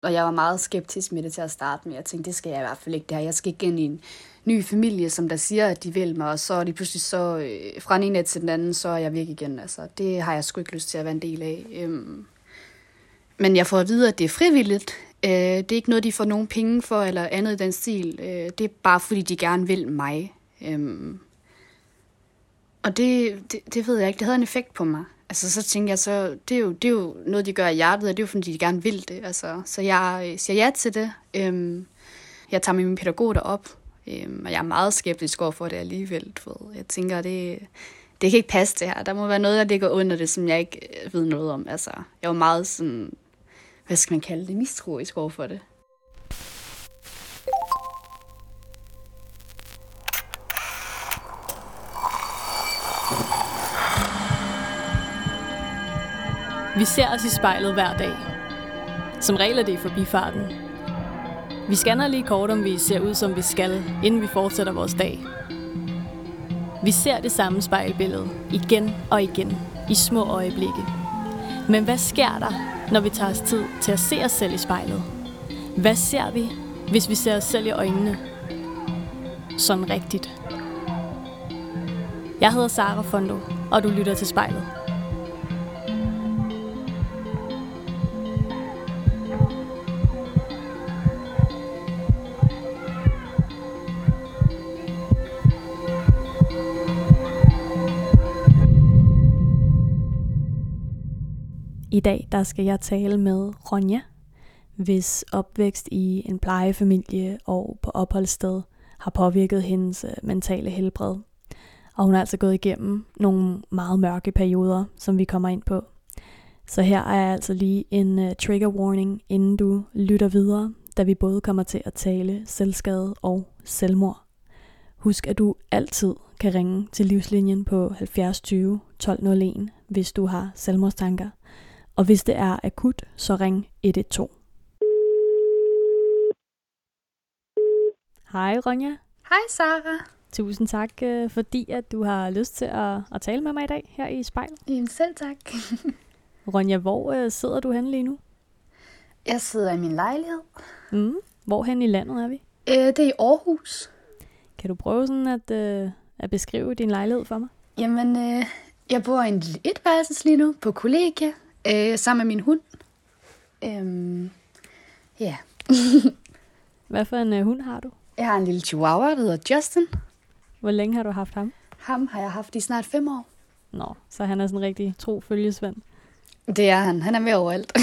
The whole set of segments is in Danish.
Og jeg var meget skeptisk med det til at starte med. Jeg tænkte, det skal jeg i hvert fald ikke det her. Jeg skal ikke ind i en ny familie, som der siger, at de vil mig. Og så er de pludselig så fra den ene til den anden, så er jeg væk igen. Altså, det har jeg sgu ikke lyst til at være en del af. Men jeg får at vide, at det er frivilligt. Det er ikke noget, de får nogen penge for, eller andet i den stil. Det er bare, fordi de gerne vil mig. Og det ved jeg ikke. Det havde en effekt på mig. Altså, så tænkte jeg, så det er jo noget, de gør i hjertet, og det er jo, fordi de gerne vil det. Altså, så jeg siger ja til det. Jeg tager med min pædagog derop, og jeg er meget skeptisk over for det alligevel. Jeg tænker, det kan ikke passe det her. Der må være noget, der ligger under det, som jeg ikke ved noget om. Altså, jeg var meget sådan, hvad skal man kalde det, mistroisk over for det. Vi ser os i spejlet hver dag. Som regel er det i forbifarten. Vi scanner lige kort, om vi ser ud, som vi skal, inden vi fortsætter vores dag. Vi ser det samme spejlbillede igen og igen i små øjeblikke. Men hvad sker der, når vi tager os tid til at se os selv i spejlet? Hvad ser vi, hvis vi ser os selv i øjnene? Sådan rigtigt. Jeg hedder Sara Fondo, og du lytter til Spejlet. I dag der skal jeg tale med Ronja, hvis opvækst i en plejefamilie og på opholdssted har påvirket hendes mentale helbred. Og hun har altså gået igennem nogle meget mørke perioder, som vi kommer ind på. Så her er altså lige en trigger warning, inden du lytter videre, da vi både kommer til at tale selvskade og selvmord. Husk, at du altid kan ringe til Livslinjen på 70 20 1201, hvis du har selvmordstanker. Og hvis det er akut, så ring 112. Hej Ronja. Hej Sara. Tusind tak, fordi at du har lyst til at tale med mig i dag her i Spejlet. Jamen selv tak. Ronja, hvor sidder du henne lige nu? Jeg sidder i min lejlighed. Hvor hen i landet er vi? Det er i Aarhus. Kan du prøve sådan at beskrive din lejlighed for mig? Jamen, jeg bor i en lille etværelses lige nu på kollegie, sammen med min hund. Ja. Hvad for en hund har du? Jeg har en lille chihuahua, der hedder Justin. Hvor længe har du haft ham? Ham har jeg haft i snart 5 år. Nå, så han er sådan en rigtig tro følgesvend. Det er han. Han er med overalt.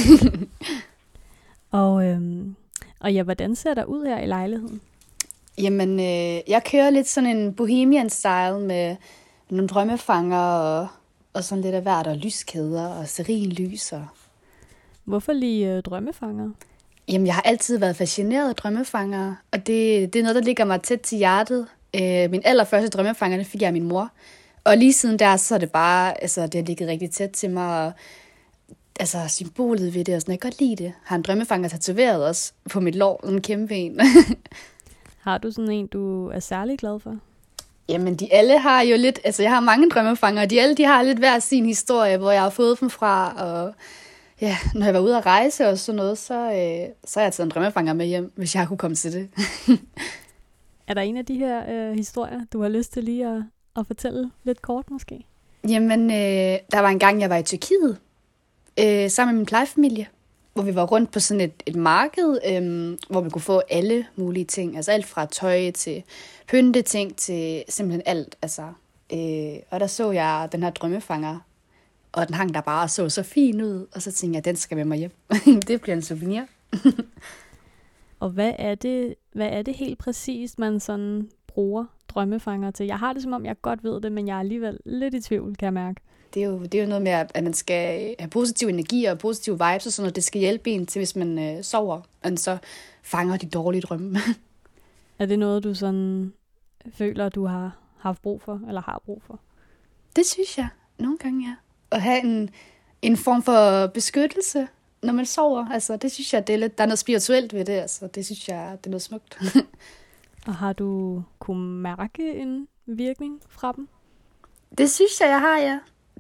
Og ja, hvordan ser der ud her i lejligheden? Jamen, jeg kører lidt sådan en bohemian style med nogle drømmefanger og sådan lidt af hvert, og lyskæder og stearinlys. Hvorfor lige drømmefanger? Jamen, jeg har altid været fascineret af drømmefanger, og det er noget, der ligger mig tæt til hjertet. Min allerførste drømmefanger, det fik jeg af min mor. Og lige siden der, så er det bare, altså, det har ligget rigtig tæt til mig, og altså, symbolet ved det, og sådan, jeg kan godt lide det. Jeg har en drømmefanger tatoveret også på mit lår, sådan en kæmpe en. Har du sådan en, du er særlig glad for? Jamen, de alle har jo lidt, altså jeg har mange drømmefanger, og de har lidt hver sin historie, hvor jeg har fået dem fra, og ja, når jeg var ude at rejse og sådan noget, så har jeg taget en drømmefanger med hjem, hvis jeg kunne komme til det. Er der en af de her historier, du har lyst til lige at fortælle lidt kort måske? Jamen, der var en gang, jeg var i Tyrkiet, sammen med min plejefamilie, hvor vi var rundt på sådan et marked, hvor vi kunne få alle mulige ting. Altså alt fra tøj til pynteting til simpelthen alt. Altså, og der så jeg den her drømmefanger, og den hang der bare og så fin ud. Og så tænkte jeg, den skal med mig hjem. Det bliver en souvenir. Og hvad er det helt præcist, man sådan bruger drømmefanger til? Jeg har det som om, jeg godt ved det, men jeg er alligevel lidt i tvivl, kan jeg mærke. Det er jo noget med, at man skal have positiv energi og positive vibes og sådan noget. Det skal hjælpe en til, hvis man sover, og så fanger de dårlige drømme. Er det noget, du sådan føler, du har haft brug for, eller har brug for? Det synes jeg. Nogle gange, ja. At have en form for beskyttelse, når man sover. Altså, det synes jeg, der er noget spirituelt ved det. Altså, det synes jeg, det er noget smukt. Og har du kunne mærke en virkning fra dem? Det synes jeg har, ja.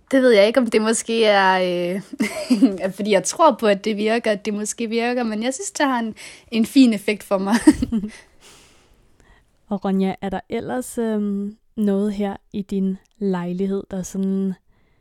Det ved jeg ikke, om det måske er, fordi jeg tror på, at det virker, at det måske virker, men jeg synes, det har en fin effekt for mig. Og Ronja, er der ellers noget her i din lejlighed, der sådan,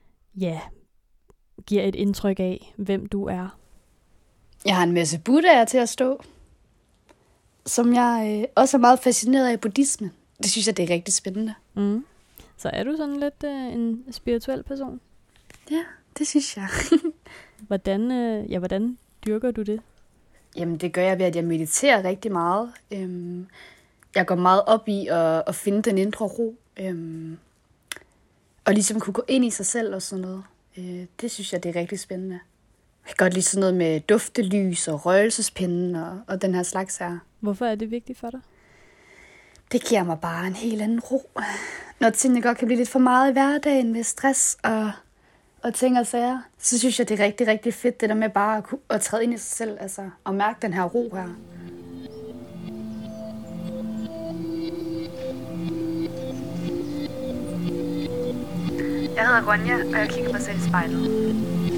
giver et indtryk af, hvem du er? Jeg har en masse buddhaer til at stå, som jeg også er meget fascineret af buddhisme. Det synes jeg, det er rigtig spændende. Mm. Så er du sådan lidt en spirituel person? Ja, det synes jeg. Hvordan dyrker du det? Jamen, det gør jeg ved, at jeg mediterer rigtig meget. Jeg går meget op i at finde den indre ro. Og ligesom kunne gå ind i sig selv og sådan noget. Det synes jeg, det er rigtig spændende. Jeg kan godt lide sådan noget med duftelys og røgelsespinden og den her slags her. Hvorfor er det vigtigt for dig? Det giver mig bare en helt anden ro. Når tingene godt kan blive lidt for meget i hverdagen med stress og ting og sager, så synes jeg, det er rigtig, rigtig fedt, det der med bare at træde ind i sig selv, altså, og mærke den her ro her. Jeg hedder Ronja, og jeg kigger mig selv i spejlet.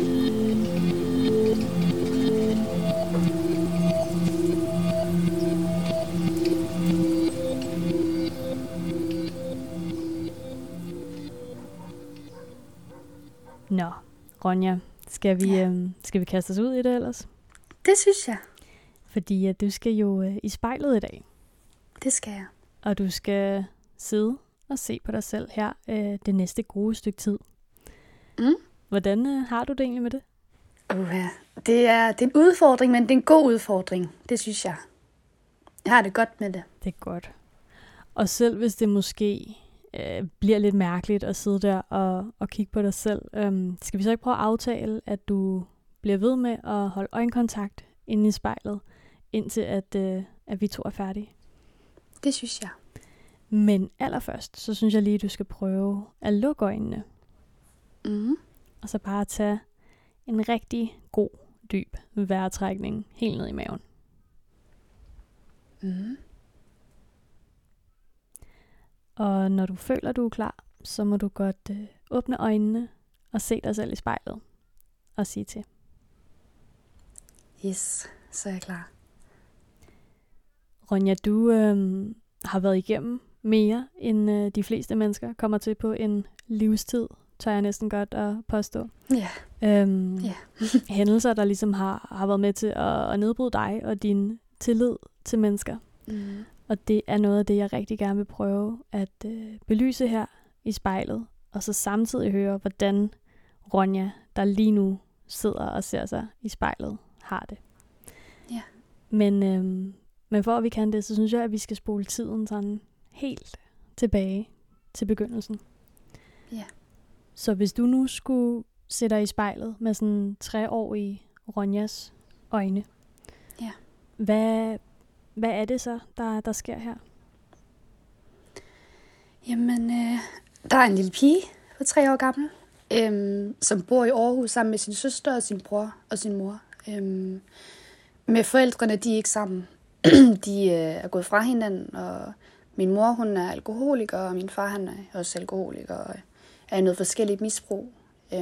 Nå, Ronja, skal vi kaste os ud i det ellers? Det synes jeg. Fordi at du skal jo i spejlet i dag. Det skal jeg. Og du skal sidde og se på dig selv her det næste gode stykke tid. Mm. Hvordan har du det egentlig med det? Det er en udfordring, men det er en god udfordring. Det synes jeg. Jeg har det godt med det. Det er godt. Og selv hvis det måske bliver lidt mærkeligt at sidde der og kigge på dig selv, skal vi så ikke prøve at aftale, at du bliver ved med at holde øjenkontakt inde i spejlet, indtil at vi to er færdige? Det synes jeg. Men allerførst, så synes jeg lige, at du skal prøve at lukke øjnene. Mm. Og så bare tage en rigtig god, dyb vejrtrækning helt ned i maven. Mm. Og når du føler, du er klar, så må du godt åbne øjnene og se dig selv i spejlet og sige til. Yes, så er jeg klar. Ronja, du har været igennem mere, end de fleste mennesker kommer til på en livstid, tør jeg næsten godt at påstå. Ja. Hændelser, der ligesom har været med til at nedbryde dig og din tillid til mennesker. Mm. Og det er noget af det, jeg rigtig gerne vil prøve at belyse her i spejlet, og så samtidig høre, hvordan Ronja, der lige nu sidder og ser sig i spejlet, har det. Ja. Men for at vi kan det, så synes jeg, at vi skal spole tiden sådan helt tilbage til begyndelsen. Ja. Så hvis du nu skulle sætte dig i spejlet med sådan 3-årige Ronjas øjne, ja. Hvad er det så, der sker her? Jamen, der er en lille pige på 3 år gammel, som bor i Aarhus sammen med sin søster og sin bror og sin mor. Med forældrene, de er ikke sammen. De er gået fra hinanden, og min mor, hun er alkoholiker, og min far, han er også alkoholiker, og er i noget forskelligt misbrug.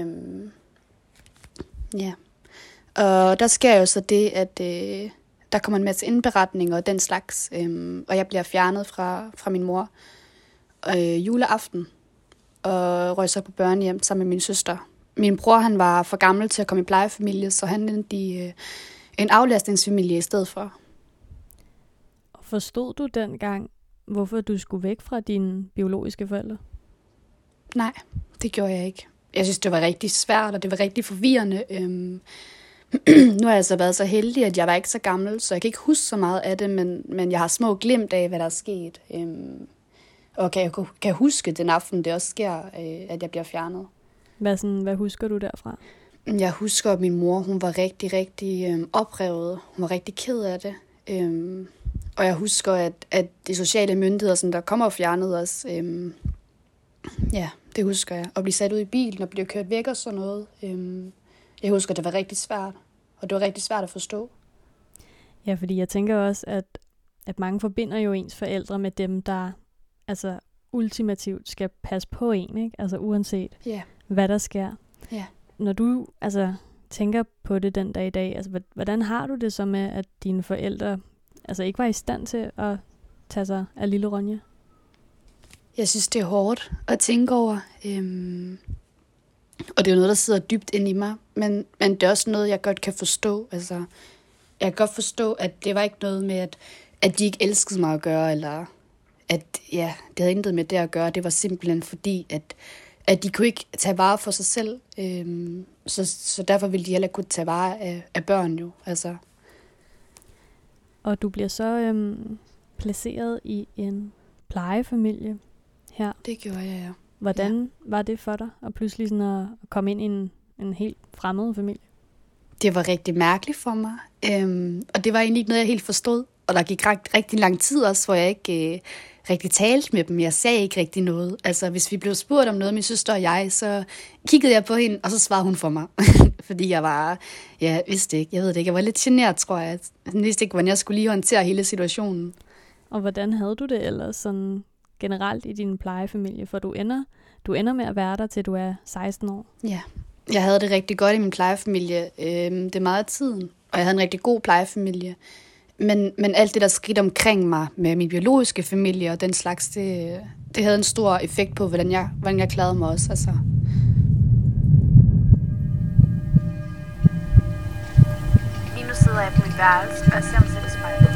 Ja. Og der sker jo så det, at der kommer en masse indberetninger og den slags, og jeg bliver fjernet fra min mor juleaften, og røg så på børnehjem sammen med min søster. Min bror, han var for gammel til at komme i plejefamilie, så han endte i en aflastningsfamilie i stedet for. Forstod du dengang, hvorfor du skulle væk fra dine biologiske forældre? Nej, det gjorde jeg ikke. Jeg synes, det var rigtig svært, og det var rigtig forvirrende. Nu har jeg så været så heldig, at jeg var ikke så gammel, så jeg kan ikke huske så meget af det, men jeg har små glimt af, hvad der er sket. Og kan huske den aften, det også sker, at jeg bliver fjernet. Hvad husker du derfra? Jeg husker, at min mor, hun var rigtig, rigtig oprevet. Hun var rigtig ked af det. Og jeg husker, at de sociale myndigheder, som der kommer og fjernede os, ja, det husker jeg. At blive sat ud i bilen og blive kørt væk og sådan noget. Jeg husker, at det var rigtig svært. Og det var rigtig svært at forstå. Ja, fordi jeg tænker også, at mange forbinder jo ens forældre med dem, der altså ultimativt skal passe på en, ikke? Altså uanset hvad der sker. Ja. Når du tænker på det den dag i dag, altså hvordan har du det så med, at dine forældre ikke var i stand til at tage sig af lille Ronja? Jeg synes, det er hårdt at tænke over. Og det er jo noget, der sidder dybt inde i mig. Men det er også noget, jeg godt kan forstå. Altså, jeg kan godt forstå, at det var ikke noget med, at de ikke elskede mig at gøre, eller at det havde intet med det at gøre. Det var simpelthen fordi, at de kunne ikke tage vare for sig selv. Så derfor ville de heller kunne tage vare af børn jo. Altså. Og du bliver så placeret i en plejefamilie her. Det gjorde jeg, ja. Hvordan var det for dig at pludselig sådan at komme ind i en helt fremmed familie? Det var rigtig mærkeligt for mig. Og det var egentlig ikke noget, jeg helt forstod. Og der gik rigtig lang tid også, hvor jeg ikke rigtig talte med dem. Jeg sagde ikke rigtig noget. Altså, hvis vi blev spurgt om noget, min søster og jeg, så kiggede jeg på hende, og så svarede hun for mig. Fordi jeg vidste ikke, jeg ved det ikke. Jeg var lidt genert, tror jeg. Jeg vidste ikke, hvordan jeg skulle lige håndtere hele situationen. Og hvordan havde du det ellers sådan generelt i din plejefamilie? For du ender med at være der, til du er 16 år. Ja, jeg havde det rigtig godt i min plejefamilie. Det er meget af tiden. Og jeg havde en rigtig god plejefamilie. Men alt det, der skete omkring mig med min biologiske familie og den slags, det havde en stor effekt på, hvordan jeg klarede mig også. Altså. Lige nu sidder jeg på mit værelse, og jeg ser mig selv i spejlet.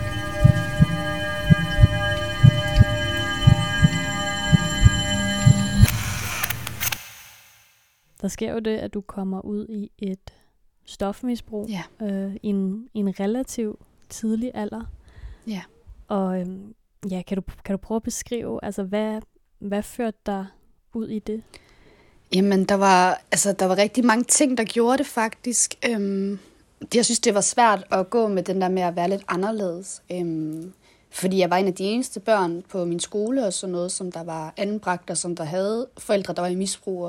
Der sker jo det, at du kommer ud i et stofmisbrug i en relativt tidlig alder. Ja. Og kan du prøve at beskrive, hvad førte dig ud i det? Jamen, der var rigtig mange ting, der gjorde det faktisk. Jeg synes, det var svært at gå med den der med at være lidt anderledes. Fordi jeg var en af de eneste børn på min skole og sådan noget, som der var anbragt, og som der havde forældre, der var i misbrug.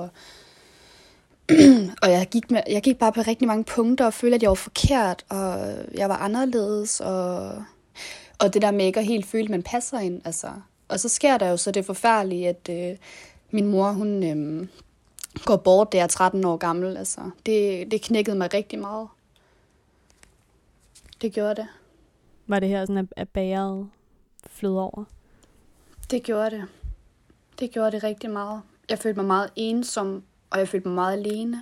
Og jeg gik bare på rigtig mange punkter og følte, at jeg var forkert, og jeg var anderledes, og det der med ikke at helt føle, at man passer ind. Altså. Og så sker der jo så det forfærdelige, at min mor, hun går bort, da jeg er 13 år gammel. Altså. Det knækkede mig rigtig meget. Det gjorde det. Var det her sådan, at bæret flød over? Det gjorde det. Det gjorde det rigtig meget. Jeg følte mig meget ensom, og jeg følte mig meget alene.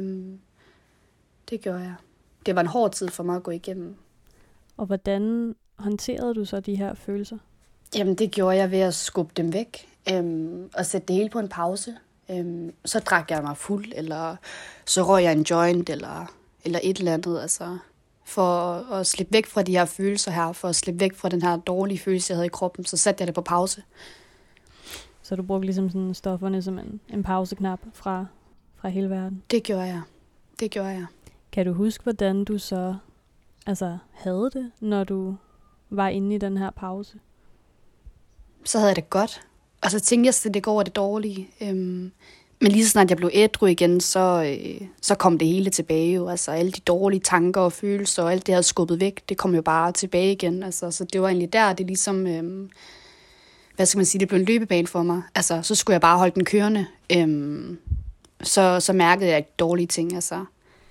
Det gjorde jeg. Det var en hård tid for mig at gå igennem. Og hvordan håndterede du så de her følelser? Jamen, det gjorde jeg ved at skubbe dem væk. Og sætte det hele på en pause. Så drak jeg mig fuld, eller så røg jeg en joint, eller et eller andet. Altså, for at slippe væk fra de her følelser her, for at slippe væk fra den her dårlige følelse, jeg havde i kroppen, så satte jeg det på pause. Så du brugte ligesom sådan stofferne som en pauseknap fra hele verden? Det gjorde jeg. Kan du huske, hvordan du så havde det, når du var inde i den her pause? Så havde jeg det godt. Og så tænkte jeg, at det går over det dårlige. Men lige så snart jeg blev ædru igen, så kom det hele tilbage. Jo. Altså alle de dårlige tanker og følelser, og alt det, jeg havde skubbet væk, det kom jo bare tilbage igen. Altså, så det var egentlig der, det ligesom... hvad skal man sige, det blev en løbebane for mig. Altså, så skulle jeg bare holde den kørende. Så mærkede jeg ikke dårlige ting, altså.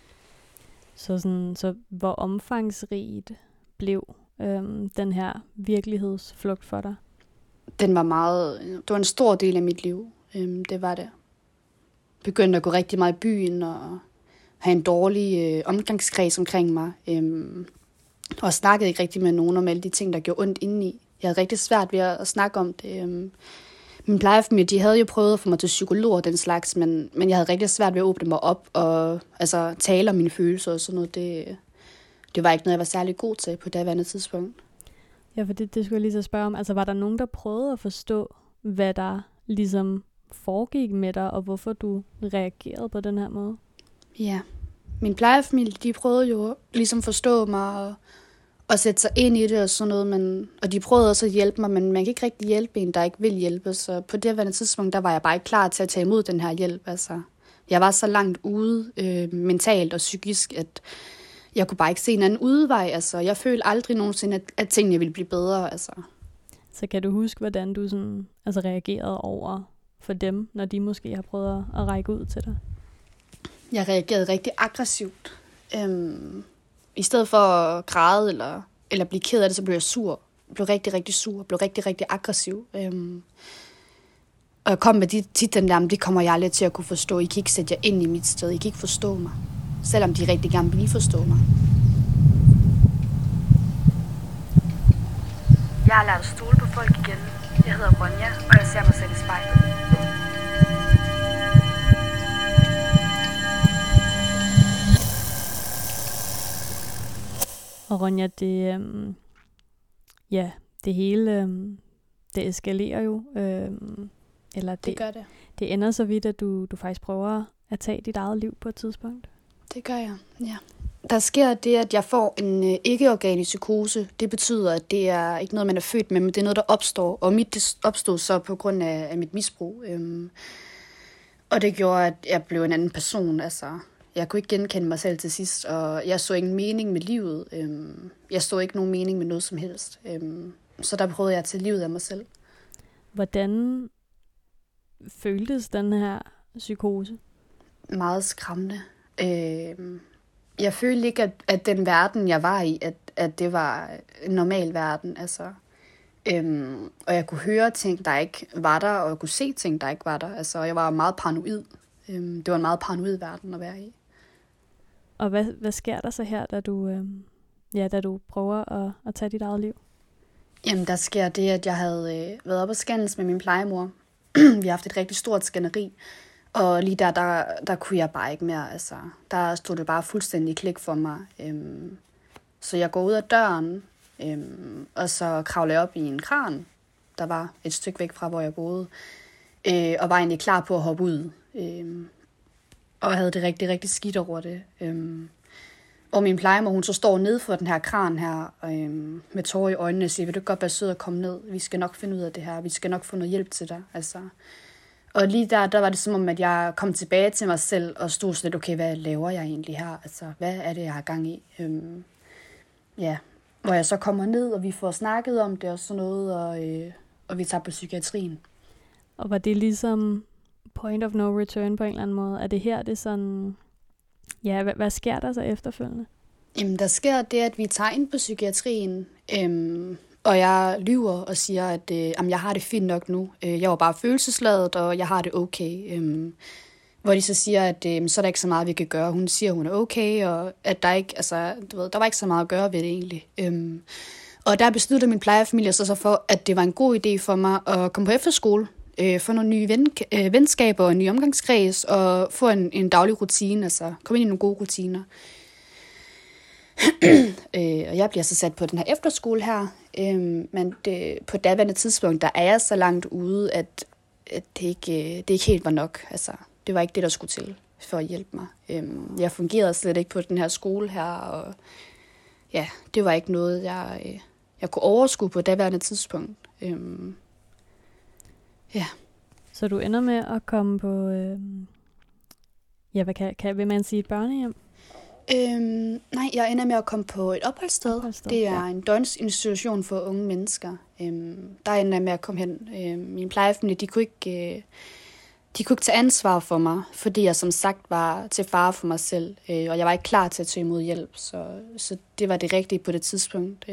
Så hvor omfangsrigt blev den her virkelighedsflugt for dig? Det var en stor del af mit liv. Det var det. Begyndte at gå rigtig meget i byen, og have en dårlig omgangskreds omkring mig. Og snakkede ikke rigtig med nogen om alle de ting, der gjorde ondt indeni. Jeg havde rigtig svært ved at snakke om det. Min plejefamilie, de havde jo prøvet at få mig til psykolog og den slags, men jeg havde rigtig svært ved at åbne mig op og tale om mine følelser og sådan noget. Det var ikke noget, jeg var særlig god til på det andet tidspunkt. Ja, for det skulle jeg lige så spørge om. Altså, var der nogen, der prøvede at forstå, hvad der ligesom foregik med dig, og hvorfor du reagerede på den her måde? Ja, min plejefamilie, de prøvede jo ligesom forstå mig og sætte sig ind i det og sådan noget, og de prøvede også at hjælpe mig, men man kan ikke rigtig hjælpe en, der ikke vil hjælpe, så på det her tidspunkt, der var jeg bare ikke klar til at tage imod den her hjælp. Altså, jeg var så langt ude mentalt og psykisk, at jeg kunne bare ikke se en anden udvej. Altså, jeg følte aldrig nogensinde, at tingene ville blive bedre. Altså. Så kan du huske, hvordan du sådan, reagerede over for dem, når de måske har prøvet at række ud til dig? Jeg reagerede rigtig aggressivt. I stedet for at græde eller blive ked af det, så blev jeg sur. Jeg blev rigtig, rigtig sur. Blev rigtig, rigtig aggressiv. Og jeg kom med tit den der, det kommer jeg aldrig til at kunne forstå. I kan ikke sætte jer ind i mit sted. I kan ikke forstå mig. Selvom de rigtig gerne vil forstå mig. Jeg har lært at stole på folk igen. Jeg hedder Ronja, og jeg ser mig selv i spejlet. Og Ronja, det hele, det eskalerer jo. Eller det gør det. Det ender så vidt, at du faktisk prøver at tage dit eget liv på et tidspunkt. Det gør jeg, ja. Der sker det, at jeg får en ikke-organisk psykose. Det betyder, at det er ikke noget, man er født med, men det er noget, der opstår. Og det opstod så på grund af mit misbrug. Og det gjorde, at jeg blev en anden person. Altså, jeg kunne ikke genkende mig selv til sidst, og jeg så ingen mening med livet. Jeg så ikke nogen mening med noget som helst. Så der prøvede jeg at tage livet af mig selv. Hvordan føltes den her psykose? Meget skræmmende. Jeg følte ikke, at den verden, jeg var i, at det var en normal verden. Altså. Og jeg kunne høre ting, der ikke var der, og jeg kunne se ting, der ikke var der. Altså, jeg var meget paranoid. Det var en meget paranoid verden at være i. Og hvad sker der så her, da du prøver at tage dit eget liv? Jamen, der sker det, at jeg havde været op og skændes med min plejemor. Vi har haft et rigtig stort skænderi. Og lige der kunne jeg bare ikke mere. Altså, der stod det bare fuldstændig klik for mig. Så jeg går ud af døren, og så kravler jeg op i en kran, der var et stykke væk fra, hvor jeg boede. Og var egentlig klar på at hoppe ud. Og havde det rigtig, rigtig skidt over det. Og min plejemor, hun så står nede for den her kran her, med tårer i øjnene og siger, vil du godt være sød at komme ned? Vi skal nok finde ud af det her. Vi skal nok få noget hjælp til dig. Altså. Og lige der var det som om, at jeg kom tilbage til mig selv og stod sådan lidt, okay, hvad laver jeg egentlig her? Altså, hvad er det, jeg har gang i? Hvor jeg så kommer ned, og vi får snakket om det og sådan noget, og vi tager på psykiatrien. Og var det ligesom point of no return på en eller anden måde? Er det her, det sådan... Ja, hvad sker der så efterfølgende? Jamen, der sker det, at vi tager ind på psykiatrien, og jeg lyver og siger, at jeg har det fint nok nu. Jeg var bare følelsesladet, og jeg har det okay. Hvor de så siger, at så er der ikke så meget, vi kan gøre. Hun siger, hun er okay, og at der ikke, altså, der var ikke så meget at gøre ved det egentlig. Og der besluttede min plejefamilie så for, at det var en god idé for mig at komme på efterskole, få nogle nye venskaber og en ny omgangskreds, og få en daglig rutine, altså komme ind i nogle gode rutiner. Og jeg bliver så sat på den her efterskole her, men på daværende tidspunkt, der er jeg så langt ude, at det ikke helt var nok. Altså, det var ikke det, der skulle til for at hjælpe mig. Jeg fungerede slet ikke på den her skole her, og ja, det var ikke noget, jeg kunne overskue på daværende tidspunkt. Ja. Så du ender med at komme på, vil man sige et børnehjem? Nej, jeg ender med at komme på et opholdssted. Det er en døgnsinstitution for unge mennesker. Der ender jeg med at komme hen. Min plejefamilie, de kunne ikke tage ansvar for mig, fordi jeg som sagt var til fare for mig selv, og jeg var ikke klar til at tage imod hjælp. Så det var det rigtige på det tidspunkt.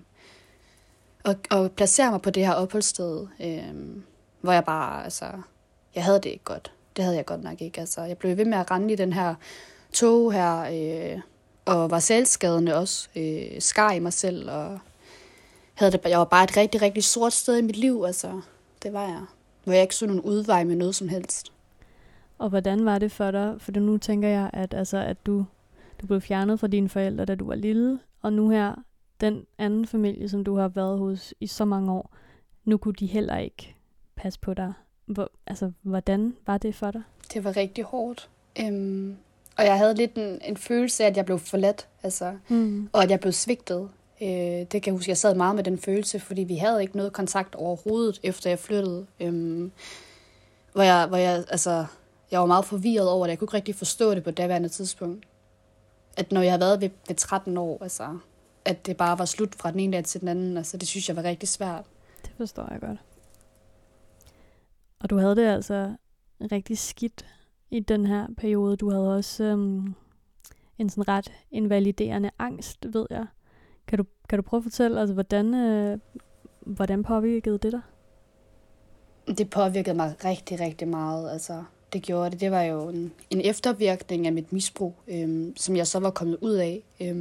Og placere mig på det her opholdssted, hvor jeg bare, altså, jeg havde det ikke godt. Det havde jeg godt nok ikke. Altså, jeg blev ved med at rende i den her tog her, og var selvskadende også, skar i mig selv, og jeg var bare et rigtig, rigtig sort sted i mit liv, altså, det var jeg, hvor jeg ikke så nogen udvej med noget som helst. Og hvordan var det for dig? For nu tænker jeg, at du blev fjernet fra dine forældre, da du var lille, og nu her, den anden familie, som du har været hos i så mange år, nu kunne de heller ikke passe på dig. Hvordan var det for dig? Det var rigtig hårdt. Og jeg havde lidt en følelse af, at jeg blev forladt, altså, og at jeg blev svigtet. Det kan jeg huske, jeg sad meget med den følelse, fordi vi havde ikke noget kontakt overhovedet, efter jeg flyttede. Hvor jeg var meget forvirret over det. Jeg kunne ikke rigtig forstå det på daværende tidspunkt. At når jeg havde været ved 13 år, altså, at det bare var slut fra den ene dag til den anden, altså, det synes jeg var rigtig svært. Det forstår jeg godt. Og du havde det altså rigtig skidt i den her periode. Du havde også en sådan ret invaliderende angst, ved jeg. Kan du prøve at fortælle, altså, hvordan påvirkede det dig? Det påvirkede mig rigtig, rigtig meget. Altså, det gjorde det. Det var jo en eftervirkning af mit misbrug, som jeg så var kommet ud af.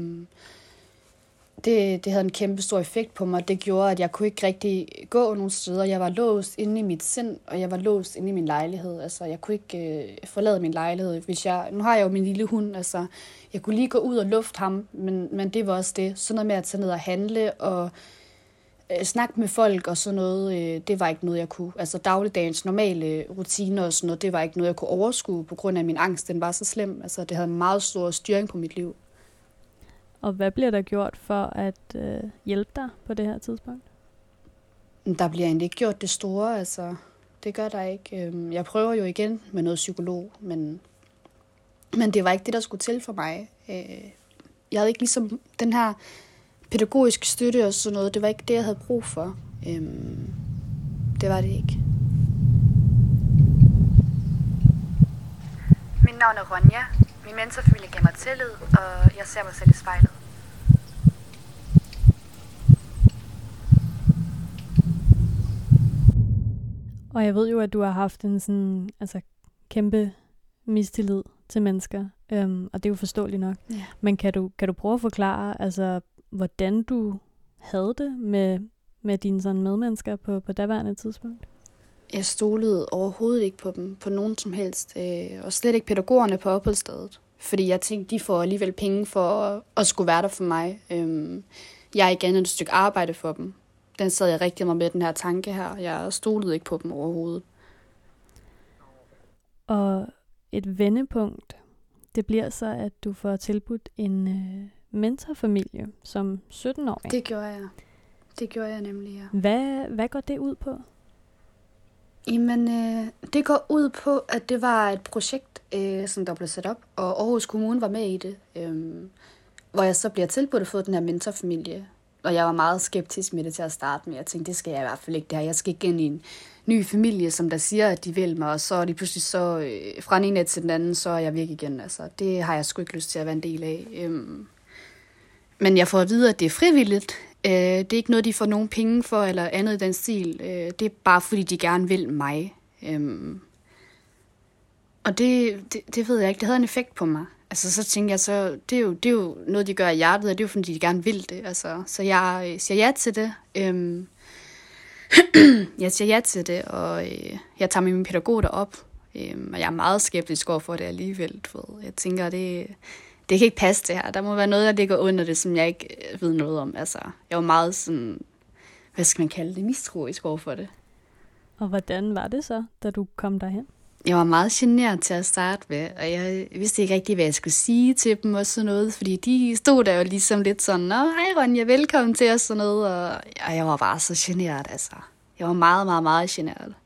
Det havde en kæmpe stor effekt på mig. Det gjorde, at jeg kunne ikke rigtig gå nogen steder. Jeg var låst inde i mit sind, og jeg var låst inde i min lejlighed. Altså, jeg kunne ikke forlade min lejlighed. Nu har jeg jo min lille hund. Altså, jeg kunne lige gå ud og lufte ham, men det var også det. Sådan noget med at tage ned og handle og snakke med folk og sådan noget, det var ikke noget, jeg kunne. Altså dagligdagens normale rutiner og sådan noget, det var ikke noget, jeg kunne overskue på grund af min angst. Den var så slem. Altså, det havde en meget stor styring på mit liv. Og hvad bliver der gjort for at hjælpe dig på det her tidspunkt? Der bliver egentlig ikke gjort det store, altså. Det gør der ikke. Jeg prøver jo igen med noget psykolog, men det var ikke det, der skulle til for mig. Jeg havde ikke ligesom den her pædagogisk støtte og sådan noget. Det var ikke det, jeg havde brug for. Det var det ikke. Mit navn er Ronja. Min mentorfamilie gav mig tillid, og jeg ser mig selv i spejlet. Og jeg ved jo, at du har haft en sådan, altså, kæmpe mistillid til mennesker, og det er jo forståeligt nok. Ja. Men kan du prøve at forklare, altså, hvordan du havde det med dine sådan medmennesker på daværende tidspunkt? Jeg stolede overhovedet ikke på dem, på nogen som helst, og slet ikke pædagogerne på opholdsstedet. Fordi jeg tænkte, de får alligevel penge for at skulle være der for mig. Jeg er igen et stykke arbejde for dem. Den sad jeg rigtig meget med, den her tanke her. Jeg stolede ikke på dem overhovedet. Og et vendepunkt, det bliver så, at du får tilbudt en mentorfamilie som 17-årig. Det gjorde jeg. Det gjorde jeg nemlig, ja. Hvad går det ud på? Jamen, det går ud på, at det var et projekt, som der blev sat op, og Aarhus Kommune var med i det, hvor jeg så bliver tilbudt at få den her mentorfamilie. Og jeg var meget skeptisk med det til at starte med. Jeg tænkte, det skal jeg i hvert fald ikke det her. Jeg skal ikke ind i en ny familie, som der siger, at de vil mig, og så er de pludselig så fra den ene til den anden, så er jeg væk igen. Altså, det har jeg sgu ikke lyst til at være en del af. Men jeg får at vide, at det er frivilligt. Det er ikke noget, de får nogen penge for, eller andet i den stil. Det er bare, fordi de gerne vil mig. Og det ved jeg ikke. Det havde en effekt på mig. Altså, så tænkte jeg, så det er jo noget, de gør i hjertet, og det er jo, fordi de gerne vil det. Altså, så jeg siger ja til det. Jeg siger ja til det, og jeg tager med min pædagog derop. Og jeg er meget skeptisk over for det alligevel. Jeg tænker, det kan ikke passe det her. Der må være noget, der ligger under det, som jeg ikke ved noget om. Altså, jeg var meget sådan, hvad skal man kalde det, mistroisk over for det. Og hvordan var det så, da du kom derhen? Jeg var meget generet til at starte med, og jeg vidste ikke rigtig, hvad jeg skulle sige til dem og sådan noget, fordi de stod der jo ligesom lidt sådan, nå, hej Ronja, velkommen til os, sådan noget, og jeg var bare så generet, altså. Jeg var meget, meget, meget generet.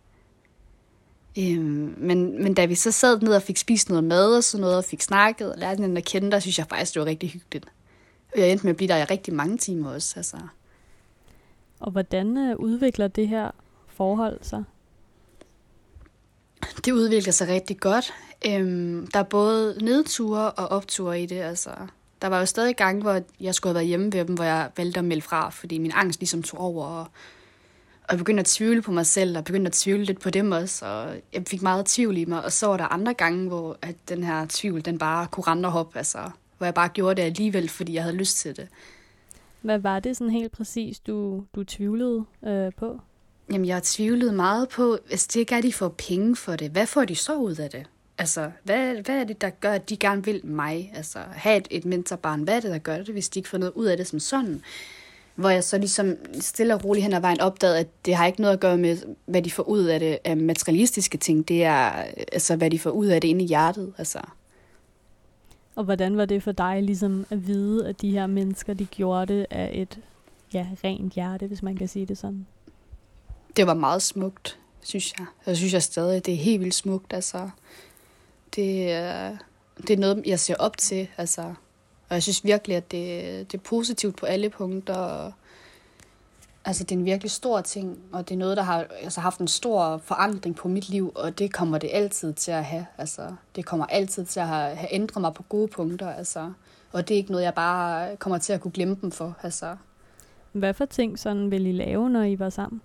Men da vi så sad ned og fik spist noget mad og sådan noget, og fik snakket og lærte den at kende, der synes jeg faktisk, det var rigtig hyggeligt. Og jeg endte med at blive der i rigtig mange timer også, altså. Og hvordan udvikler det her forhold sig? Det udvikler sig rigtig godt. Der er både nedture og opture i det. Altså, der var jo stadig gange, hvor jeg skulle have været hjemme ved dem, hvor jeg valgte at melde fra, fordi min angst ligesom tog over, og jeg begyndte at tvivle på mig selv, og begyndte at tvivle lidt på dem også, og jeg fik meget tvivl i mig. Og så var der andre gange, hvor at den her tvivl, den bare kunne rende og hoppe, altså, hvor jeg bare gjorde det alligevel, fordi jeg havde lyst til det. Hvad var det sådan helt præcis, du tvivlede på? Jamen, jeg tvivlede meget på, hvis det ikke er, de får penge for det, hvad får de så ud af det? Altså, hvad er det, der gør, at de gerne vil mig? Altså, have et mentorbarn, hvad er det, der gør det, hvis de ikke får noget ud af det som sådan? Hvor jeg så ligesom stille og roligt hen ad vejen opdagede, at det har ikke noget at gøre med, hvad de får ud af det af materialistiske ting. Det er, altså, hvad de får ud af det inde i hjertet, altså. Og hvordan var det for dig ligesom at vide, at de her mennesker, de gjorde det af et rent hjerte, hvis man kan sige det sådan? Det var meget smukt, synes jeg. Jeg synes jeg stadig, det er helt vildt smukt. Altså, det er noget, jeg ser op til. Altså, og jeg synes virkelig, at det er positivt på alle punkter. Og, Altså, det er en virkelig stor ting, og det er noget, der har haft en stor forandring på mit liv, og det kommer det altid til at have. Altså, det kommer altid til at have ændret mig på gode punkter, altså. Og det er ikke noget, jeg bare kommer til at kunne glemme dem for, altså. Hvad for ting sådan vil I lave, når I var sammen?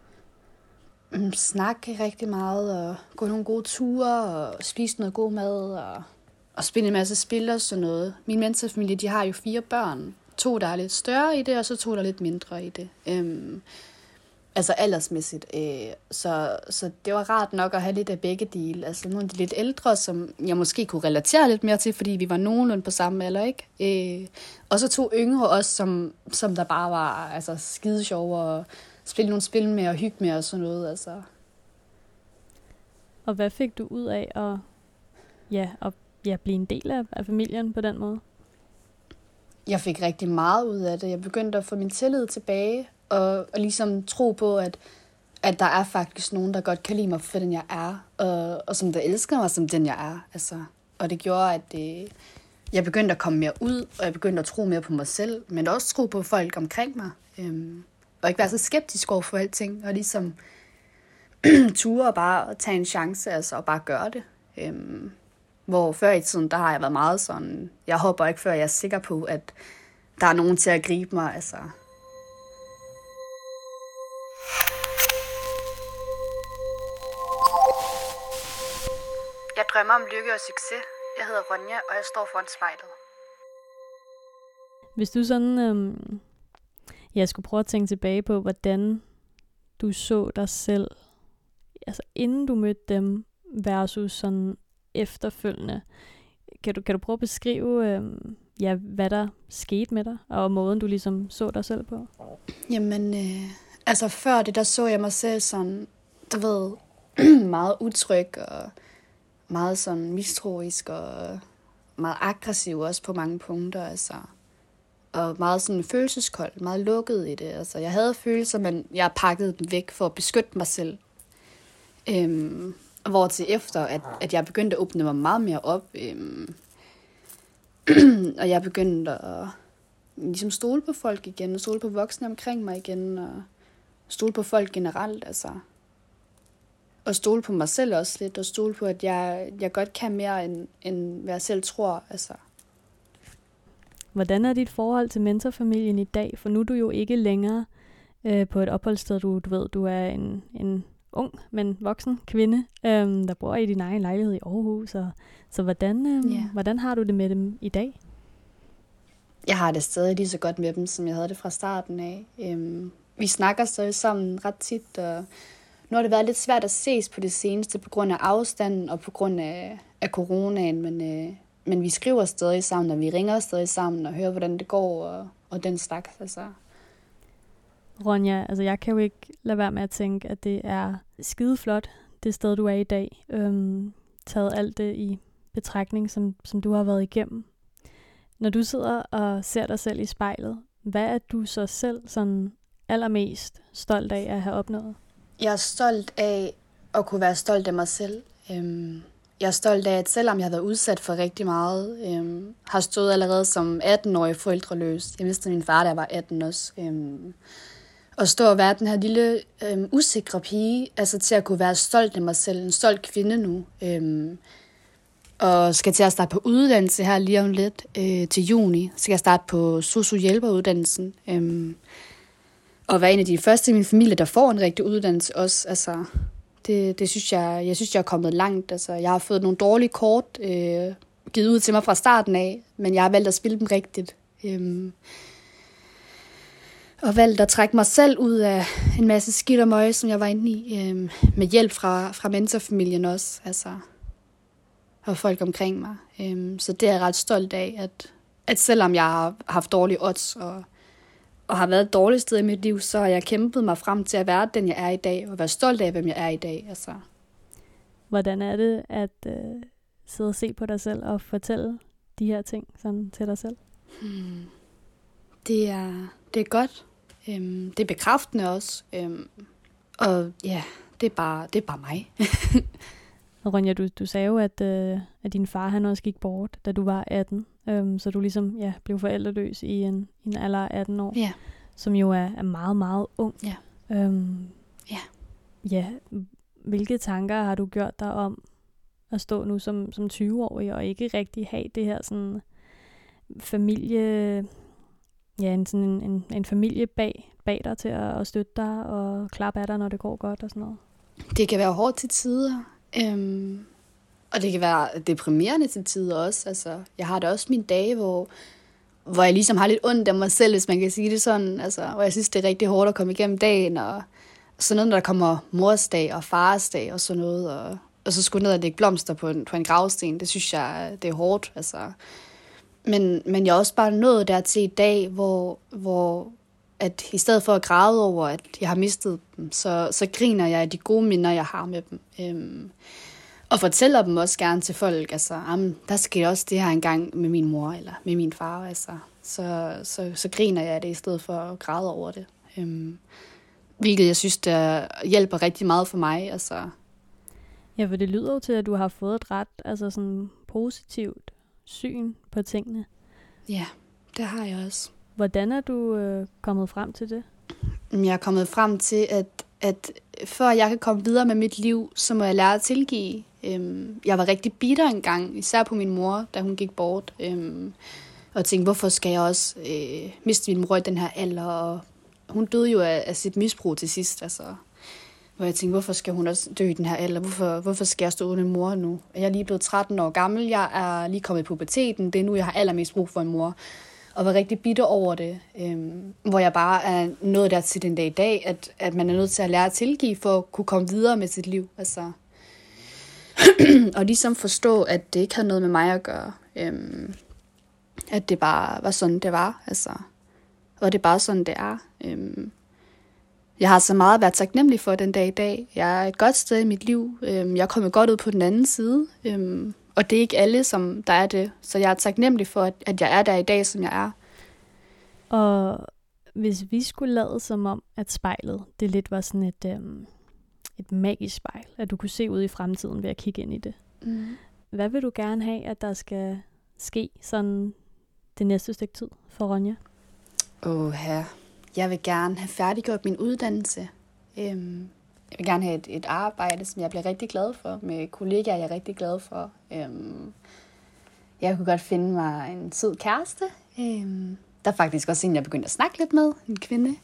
Snakke rigtig meget, og gå nogle gode ture, og spise noget god mad, og spille en masse spil og sådan noget. Min mentorfamilie, de har jo 4 børn. 2, der er lidt større i det, og så 2, der er lidt mindre i det. Altså aldersmæssigt. Så det var rart nok at have lidt af begge dele. Altså nogle af de lidt ældre, som jeg måske kunne relatere lidt mere til, fordi vi var nogenlunde på samme alder, ikke? Og så 2 yngre også, som der bare var altså, skide sjove og spille nogle spil med og hygge med og sådan noget. Altså. Og hvad fik du ud af at blive en del af familien på den måde? Jeg fik rigtig meget ud af det. Jeg begyndte at få min tillid tilbage, og ligesom tro på, at der er faktisk nogen, der godt kan lide mig for den, jeg er, og som der elsker mig som den, jeg er. Altså. Og det gjorde, at jeg begyndte at komme mere ud, og jeg begyndte at tro mere på mig selv, men også tro på folk omkring mig. Og ikke være så skeptisk over for alting, og ligesom ture og bare tage en chance, altså, og bare gøre det. Hvor før i tiden, der har jeg været meget sådan, jeg hopper ikke, før jeg er sikker på, at der er nogen til at gribe mig, altså. Jeg drømmer om lykke og succes. Jeg hedder Ronja, og jeg står foran spejlet. Hvis du sådan, jeg skulle prøve at tænke tilbage på, hvordan du så dig selv, altså inden du mødte dem, versus sådan efterfølgende. Kan du prøve at beskrive, hvad der skete med dig, og måden du ligesom så dig selv på? Jamen, altså før det, der så jeg mig selv sådan, du ved, meget utryg, og meget sådan mistroisk, og meget aggressiv også på mange punkter, altså. Og meget sådan følelseskold, meget lukket i det. Altså, jeg havde følelser, men jeg pakkede dem væk for at beskytte mig selv. Hvor til efter, at jeg begyndte at åbne mig meget mere op. Og jeg begyndte at ligesom stole på folk igen, og stole på voksne omkring mig igen, og stole på folk generelt, altså. Og stole på mig selv også lidt, og stole på, at jeg godt kan mere, end hvad jeg selv tror, altså. Hvordan er dit forhold til mentorfamilien i dag? For nu er du jo ikke længere på et opholdssted. Du ved, du er en ung, men voksen kvinde, der bor i din egen lejlighed i Aarhus. Så hvordan har du det med dem i dag? Jeg har det stadig lige så godt med dem, som jeg havde det fra starten af. Vi snakker stadig sammen ret tit, og nu har det været lidt svært at ses på det seneste på grund af afstanden og på grund af coronaen, men vi skriver stadig sammen, og vi ringer stadig sammen og hører, hvordan det går, og den slags. Altså. Ronja, altså jeg kan jo ikke lade være med at tænke, at det er skideflot, det sted, du er i dag. Taget alt det i betragtning, som du har været igennem. Når du sidder og ser dig selv i spejlet, hvad er du så selv sådan allermest stolt af at have opnået? Jeg er stolt af at kunne være stolt af mig selv. Jeg er stolt af, at selvom jeg har været udsat for rigtig meget, har stået allerede som 18-årig forældreløs. Jeg mistede min far, da jeg var 18 også. Og stå og være den her lille usikre pige, altså til at kunne være stolt af mig selv, en stolt kvinde nu. Og skal til at starte på uddannelse her lige om lidt til juni. Så skal jeg starte på sosu-hjælperuddannelsen. Og være en af de første i min familie, der får en rigtig uddannelse også. Altså, det synes jeg synes, jeg er kommet langt. Altså, jeg har fået nogle dårlige kort givet ud til mig fra starten af, men jeg har valgt at spille dem rigtigt. Og valgt at trække mig selv ud af en masse skidt og møg, som jeg var inde i, med hjælp fra mentorfamilien også, altså, og folk omkring mig. Så det er jeg ret stolt af, at selvom jeg har haft dårlige odds, og har været et dårligt sted i mit liv, så har jeg kæmpet mig frem til at være den, jeg er i dag, og være stolt af, hvem jeg er i dag. Altså. Hvordan er det at sidde og se på dig selv og fortælle de her ting sådan, til dig selv? Det er godt. Det er bekræftende også. Og ja, det er bare mig. Ronja, du sagde jo, at din far han også gik bort, da du var 18. Så du ligesom blev forældreløs i en alder af 18 år. Ja. som jo er meget, meget ung. Ja. Ja. Ja, hvilke tanker har du gjort dig om at stå nu som 20-årig og ikke rigtig have det her sådan familie, ja, en familie bag dig til at støtte dig og klappe af dig, når det går godt og sådan noget? Det kan være hårdt til tider, og det kan være deprimerende til tider også. Altså, jeg har da også mine dage, hvor jeg ligesom har lidt ondt af mig selv, hvis man kan sige det sådan. Altså, hvor jeg synes, det er rigtig hårdt at komme igennem dagen, og sådan noget, når der kommer morsdag og farsdag og sådan noget, og så skulle ned og lægge blomster på en gravsten. Det synes jeg, det er hårdt. Altså. Men jeg er også bare nået dertil i dag, hvor at i stedet for at græde over, at jeg har mistet dem, så griner jeg af de gode minder, jeg har med dem. Og fortæller dem også gerne til folk, altså, der skete også det her engang med min mor eller med min far. Altså. Så griner jeg af det, i stedet for at græde over det. Hvilket jeg synes, der hjælper rigtig meget for mig. Altså. Ja, for det lyder jo til, at du har fået et ret sådan positivt syn på tingene. Ja, det har jeg også. Hvordan er du kommet frem til det? Jeg er kommet frem til, at før jeg kan komme videre med mit liv, så må jeg lære at tilgive. Jeg var rigtig bitter engang, især på min mor, da hun gik bort. Og tænkte, hvorfor skal jeg også miste min mor i den her alder? Og hun døde jo af sit misbrug til sidst. Altså. Hvor jeg tænkte, hvorfor skal hun også dø i den her alder? Hvorfor skal jeg stå uden en mor nu? Jeg er lige blevet 13 år gammel. Jeg er lige kommet i puberteten. Det er nu, jeg har allermest brug for en mor. Og var rigtig bitter over det. Hvor jeg bare er nået der til den dag i dag, at man er nødt til at lære at tilgive for at kunne komme videre med sit liv. Altså. Og ligesom forstå, at det ikke havde noget med mig at gøre. At det bare var sådan, det var. Altså. Og det er bare sådan, det er. Jeg har så meget været taknemmelig for den dag i dag. Jeg er et godt sted i mit liv. Jeg er kommet godt ud på den anden side. Og det er ikke alle, som der er det. Så jeg er taknemmelig for, at jeg er der i dag, som jeg er. Og hvis vi skulle lade som om, at spejlet, det lidt var sådan et magisk spejl, at du kunne se ud i fremtiden ved at kigge ind i det. Hvad vil du gerne have, at der skal ske sådan det næste stykke tid for Ronja? Jeg vil gerne have færdiggjort min uddannelse. Jeg vil gerne have et arbejde, som jeg bliver rigtig glad for, med kollegaer, jeg er rigtig glad for. Jeg kunne godt finde mig en sød kæreste. Der er faktisk også en, jeg begyndte at snakke lidt med, en kvinde.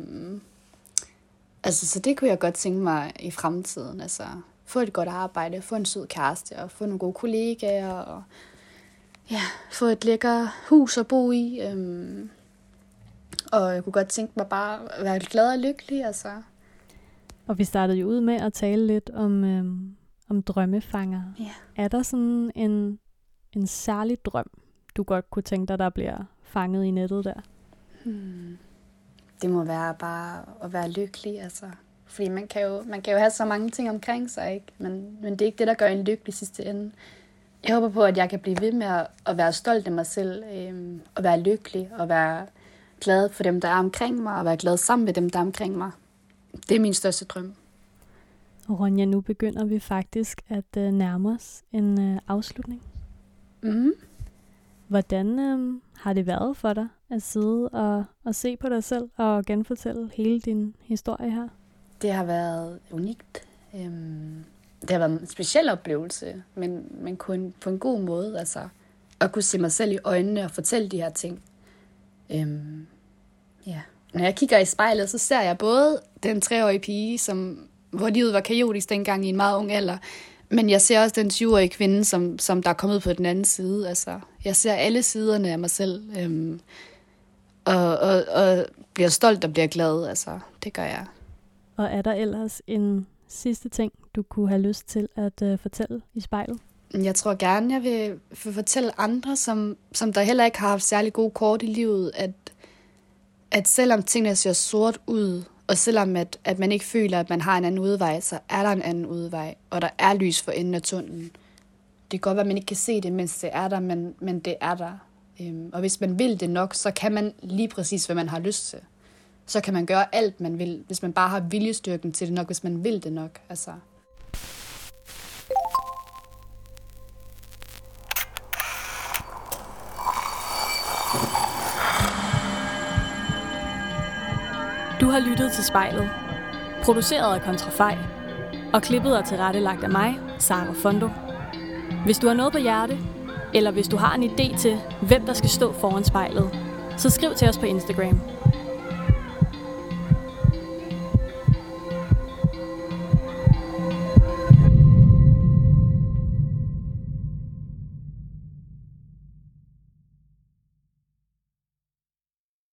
Så det kunne jeg godt tænke mig i fremtiden. Altså, få et godt arbejde, få en sød kæreste, og få nogle gode kollegaer, og ja, få et lækker hus at bo i. Og jeg kunne godt tænke mig bare at være glad og lykkelig. Altså. Og vi startede jo ud med at tale lidt om drømmefanger. Ja. Er der sådan en særlig drøm, du godt kunne tænke dig, der bliver fanget i nettet der? Det må være bare at være lykkelig. Altså. Fordi man kan jo have så mange ting omkring sig, ikke? Men det er ikke det, der gør en lykkelig sidste ende. Jeg håber på, at jeg kan blive ved med at være stolt af mig selv, og være lykkelig, og være glad for dem, der er omkring mig, og være glad sammen med dem, der er omkring mig. Det er min største drøm. Og Ronja, nu begynder vi faktisk at nærme os en afslutning. Hvordan har det været for dig at sidde og se på dig selv og genfortælle hele din historie her? Det har været unikt. Det har været en speciel oplevelse, men kun på en god måde. Altså, at kunne se mig selv i øjnene og fortælle de her ting. Når jeg kigger i spejlet, så ser jeg både den 3-årige pige, hvor livet var kaotisk dengang i en meget ung alder, men jeg ser også den 20-årige kvinde, som der er kommet på den anden side. Altså, jeg ser alle siderne af mig selv, og bliver stolt og bliver glad. Altså, det gør jeg. Og er der ellers en sidste ting, du kunne have lyst til at fortælle i spejlet? Jeg tror gerne, jeg vil fortælle andre, som der heller ikke har haft særlig gode kort i livet, at selvom tingene ser sort ud, og selvom at man ikke føler, at man har en anden udvej, så er der en anden udvej, og der er lys for enden af tunnelen. Det kan godt være, at man ikke kan se det, mens det er der, men det er der. Og hvis man vil det nok, så kan man lige præcis, hvad man har lyst til. Så kan man gøre alt, man vil, hvis man bare har viljestyrken til det nok, hvis man vil det nok. Altså. Du har lyttet til Spejlet, produceret af Kontrafej, og klippet og tilrettelagt af mig, Sara Fondo. Hvis du har noget på hjerte, eller hvis du har en idé til, hvem der skal stå foran spejlet, så skriv til os på Instagram.